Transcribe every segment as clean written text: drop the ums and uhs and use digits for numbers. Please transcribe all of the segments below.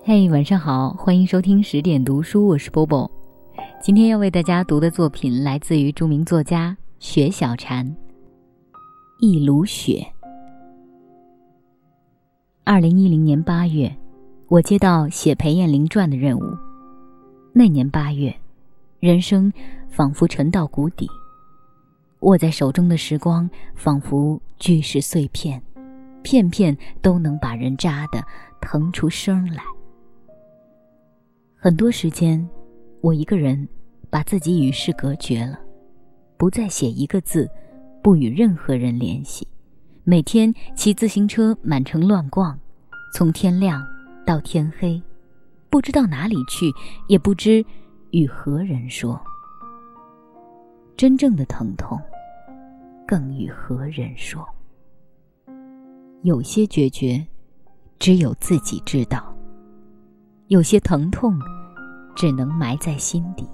嘿，晚上好，欢迎收听10点读书，我是 Bobo。今天要为大家读的作品来自于著名作家雪小禅，《一炉雪》。2010年8月，我接到写裴艳玲传的任务。那年8月，人生仿佛沉到谷底，握在手中的时光仿佛巨石碎片，片片都能把人扎得腾出声来。很多时间，我一个人把自己与世隔绝了，不再写一个字，不与任何人联系，每天骑自行车满城乱逛，从天亮到天黑，不知道哪里去，也不知与何人说。真正的疼痛，更与何人说？有些决绝，只有自己知道；有些疼痛，只能埋在心底。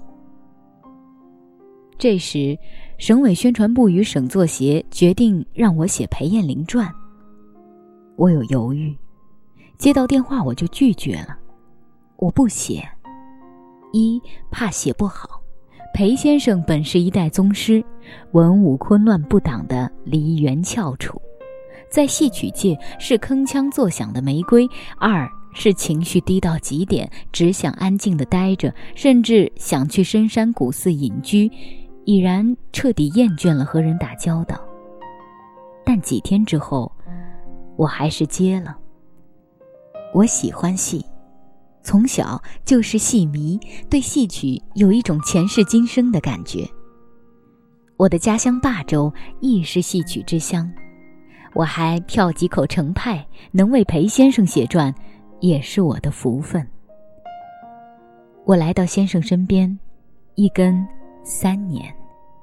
这时，省委宣传部与省作协决定让我写裴艳玲传。我有犹豫，接到电话我就拒绝了。我不写，一怕写不好。裴先生本是一代宗师，文武昆乱不挡的梨园翘楚，在戏曲界是铿锵作响的玫瑰；二是情绪低到极点，只想安静地待着，甚至想去深山古寺隐居，已然彻底厌倦了和人打交道。但几天之后，我还是接了。我喜欢戏，从小就是戏迷，对戏曲有一种前世今生的感觉。我的家乡霸州亦是戏曲之乡，我还票几口程派，能为裴先生写传，也是我的福分。我来到先生身边，一跟3年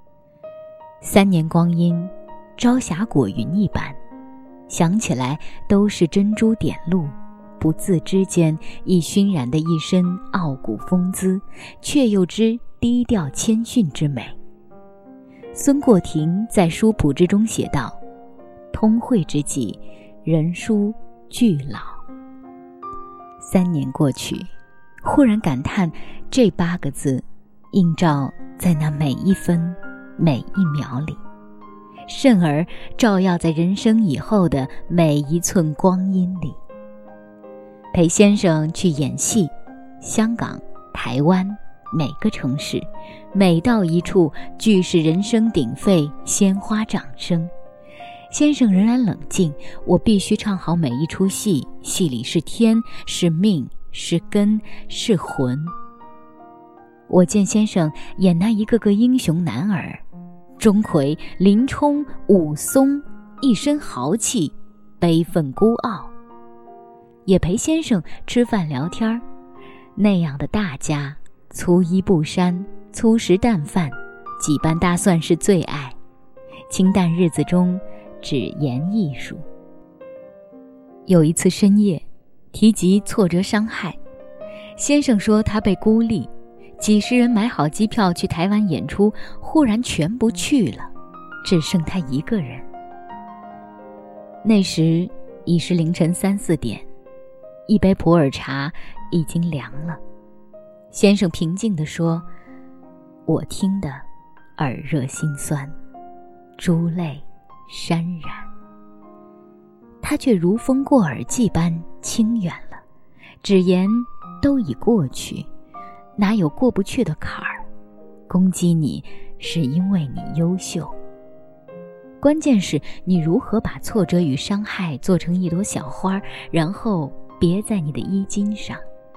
，3年光阴，朝霞裹云一般，想起来都是珍珠点露，不自知间已熏染的一身傲骨风姿，却又知低调谦逊之美。孙过庭在书谱之中写道：通会之际，人殊俱老。3年过去，忽然感叹这8个字映照在那每一分每一秒里，甚而照耀在人生以后的每一寸光阴里。裴先生去演戏，香港、台湾，每个城市，每到一处俱是人声鼎沸，鲜花掌声。先生仍然冷静，我必须唱好每一出戏，戏里是天，是命，是根，是魂。我见先生演那一个个英雄男儿，钟馗、林冲、武松，一身豪气，悲愤孤傲。也陪先生吃饭聊天，那样的大家，粗衣布衫，粗食淡饭，几瓣大蒜是最爱，清淡日子中只言艺术。有一次深夜，提及挫折伤害，先生说他被孤立，几十人买好机票去台湾演出，忽然全不去了，只剩他一个人。那时已是凌晨3、4点，一杯普洱茶已经凉了。先生平静地说：我听得耳热心酸，珠泪潸然。他却如风过耳际般清远了，只言都已过去，哪有过不去的坎儿？攻击你是因为你优秀，关键是你如何把挫折与伤害做成一朵小花，然后别在你的衣襟上。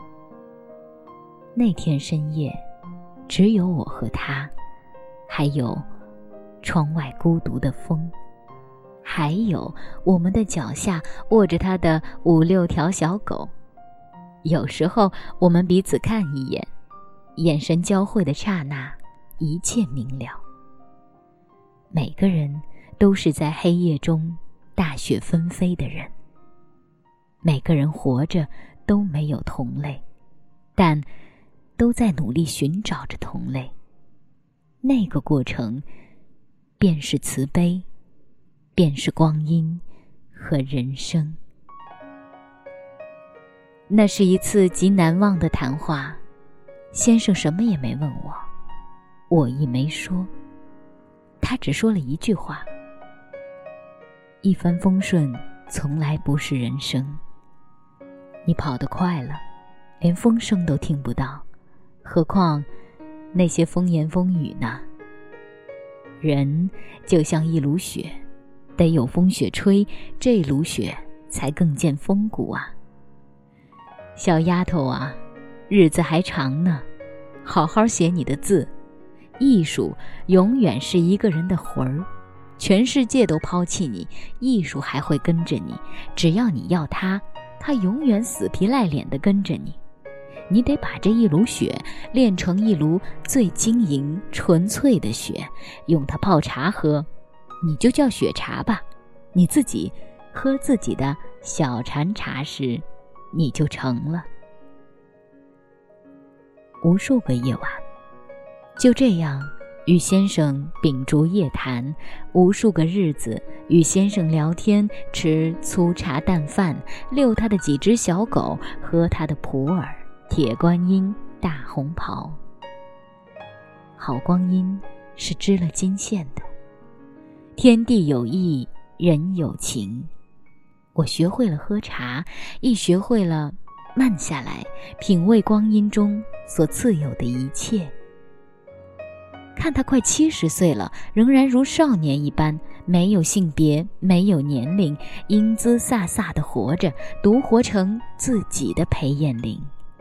那天深夜，只有我和他，还有窗外孤独的风，还有我们的脚下卧着他的5、6条小狗。有时候我们彼此看一眼，眼神交汇的刹那，一切明了。每个人都是在黑夜中大雪纷飞的人，每个人活着都没有同类，但都在努力寻找着同类。那个过程便是慈悲，便是光阴和人生。 那是一次极难忘的谈话，先生什么也没问我，我亦没说，他只说了一句话：一帆风顺从来不是人生，你跑得快了，连风声都听不到，何况那些风言风语呢？人就像一炉雪，得有风雪吹，这炉雪才更见风骨啊。小丫头啊，日子还长呢，好好写你的字。艺术永远是一个人的魂儿，全世界都抛弃你，艺术还会跟着你，只要你要它，它永远死皮赖脸地跟着你。你得把这一炉雪炼成一炉最晶莹纯粹的雪，用它泡茶喝，你就叫雪茶吧。你自己喝自己的小禅茶时，你就成了。无数个夜晚，就这样与先生秉烛夜谈，无数个日子与先生聊天，吃粗茶淡饭，遛他的几只小狗，喝他的普洱、铁观音、大红袍。好光阴是织了金线的，天地有意，人有情。我学会了喝茶，亦学会了慢下来品味光阴中所自有的一切。看他快70岁了，仍然如少年一般，没有性别，没有年龄，英姿飒飒地活着，独活成自己的裴艳玲。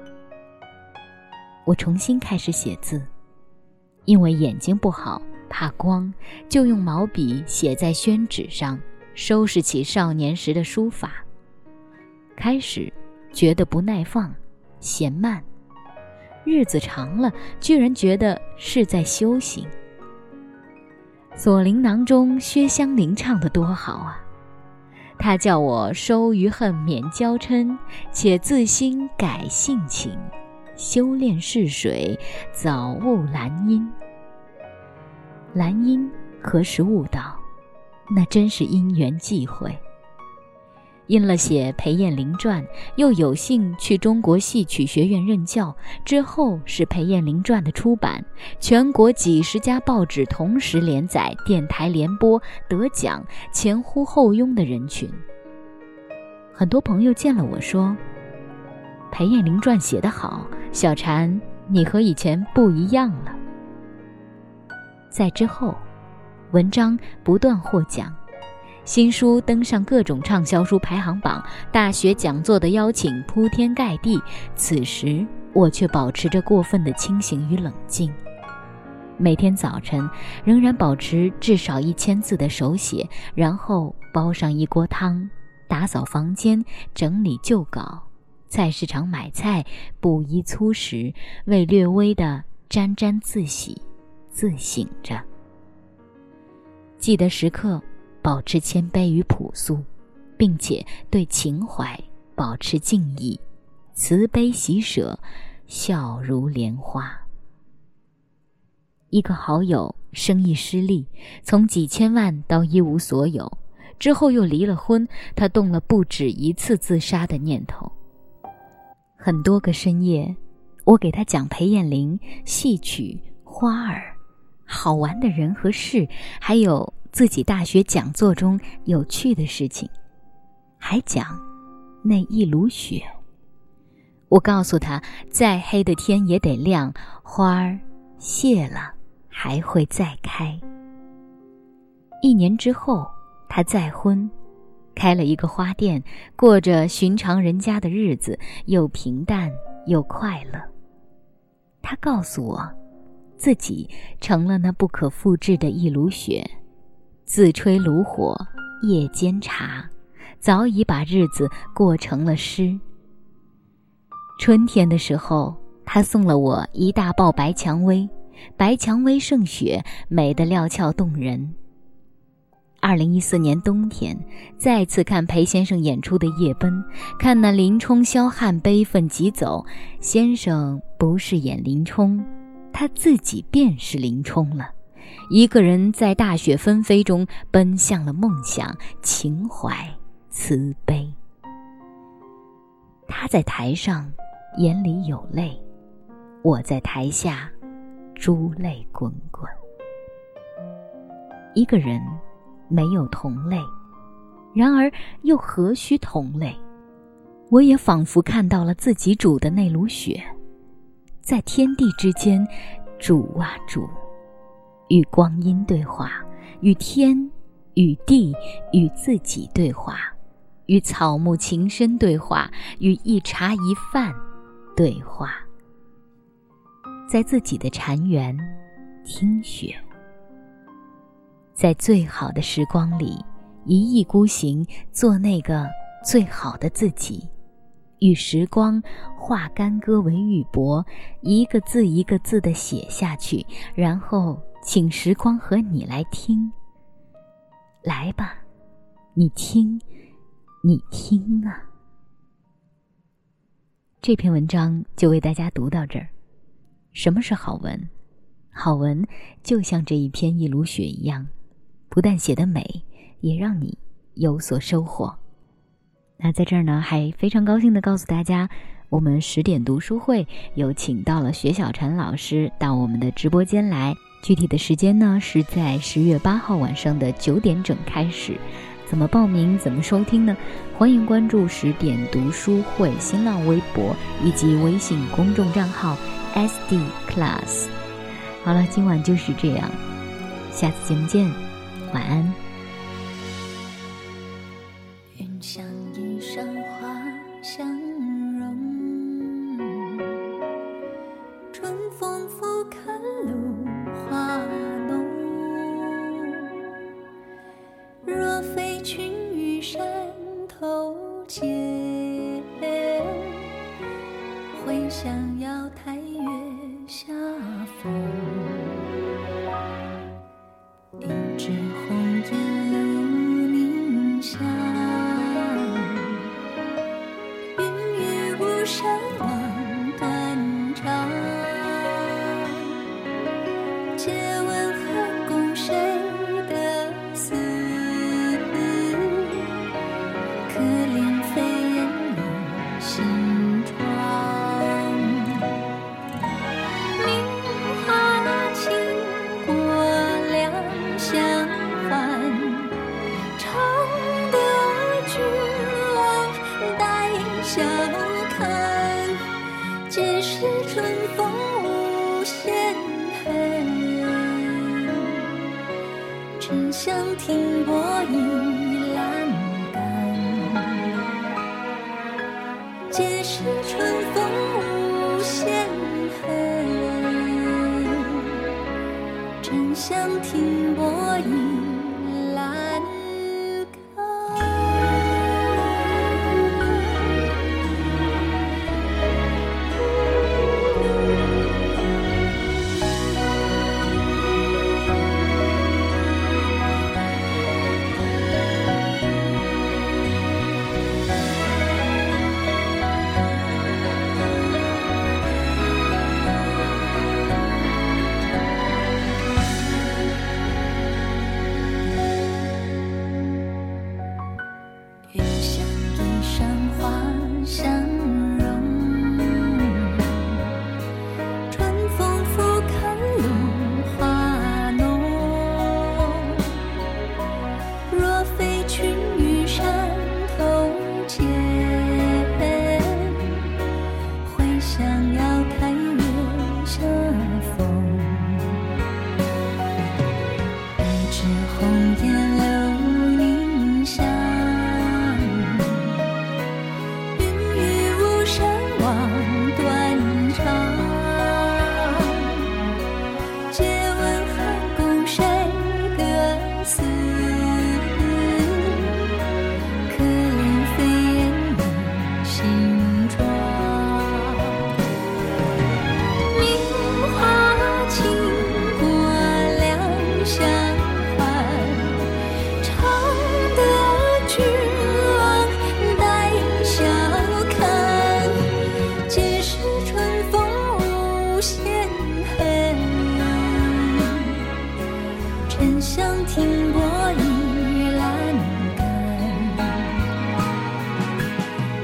我重新开始写字，因为眼睛不好，怕光，就用毛笔写在宣纸上，收拾起少年时的书法。开始觉得不耐放，嫌慢，日子长了，居然觉得是在修行。锁麟囊中薛湘灵唱得多好啊！他叫我收余恨免娇嗔，且自心改性情，修炼逝水，早悟兰因。兰因何时悟到？那真是因缘际会。因了写《裴艳玲传》，又有幸去中国戏曲学院任教，之后是《裴艳玲传》的出版，全国几十家报纸同时连载，电台联播，得奖，前呼后拥的人群。很多朋友见了我说：“《裴艳玲传》写得好，小婵，你和以前不一样了。”在之后，文章不断获奖，新书登上各种畅销书排行榜，大学讲座的邀请铺天盖地。此时我却保持着过分的清醒与冷静，每天早晨仍然保持至少1000字的手写，然后煲上一锅汤，打扫房间，整理旧稿，菜市场买菜，布衣粗食，为略微的沾沾自喜自省着。记得时刻保持谦卑与朴素，并且对情怀保持敬意，慈悲喜舍，笑如莲花。一个好友生意失利，从几千万到一无所有，之后又离了婚，他动了不止一次自杀的念头。很多个深夜，我给他讲裴艳玲、戏曲、花儿，好玩的人和事，还有自己大学讲座中有趣的事情，还讲那一炉雪。我告诉他，再黑的天也得亮，花儿谢了还会再开。1年之后，他再婚，开了一个花店，过着寻常人家的日子，又平淡又快乐。他告诉我，自己成了那不可复制的一炉雪，自吹炉火，夜煎茶，早已把日子过成了诗。春天的时候，他送了我一大包白蔷薇，白蔷薇胜雪，美得料峭动人。2014年冬天，再次看裴先生演出的《夜奔》，看那林冲萧汉悲愤疾走，先生不是演林冲，他自己便是林冲了，一个人在大雪纷飞中奔向了梦想、情怀、慈悲。他在台上眼里有泪，我在台下珠泪滚滚。一个人没有同类，然而又何须同类？我也仿佛看到了自己煮的那炉血，在天地之间煮啊煮，与光阴对话，与天与地与自己对话，与草木情深对话，与一茶一饭对话，在自己的禅园听雪，在最好的时光里一意孤行，做那个最好的自己，与时光化干戈为玉帛，一个字一个字地写下去，然后请时光和你来听。来吧，你听，你听啊。这篇文章就为大家读到这儿。什么是好文？好文就像这一篇一炉雪一样，不但写得美，也让你有所收获。那在这儿呢，还非常高兴地告诉大家，我们10点读书会有请到了薛小婵老师到我们的直播间来，具体的时间呢是在10月8号晚上的9点整开始。怎么报名，怎么收听呢？欢迎关注10点读书会新浪微博以及微信公众账号 SD Class。 好了，今晚就是这样，下次节目见，晚安。 愿像一山花相融，春风拂看露花浓。若非群玉山头见，会向瑶台月下逢。一枝红艳露凝香，云雨巫山望断肠。借问何共谁的思？可怜飞燕倚新窗。名花倾国两相还，常得君王带笑看。皆是春风无限恨，只想停泊一栏杆。皆是春风无限恨，真想停泊一栏杆。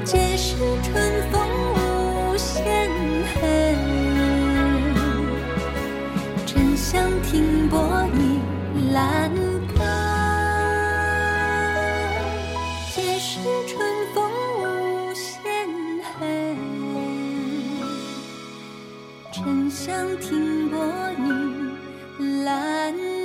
皆是春风无限恨，真想停泊一栏杆。皆是春风无限恨，真想停泊一栏杆。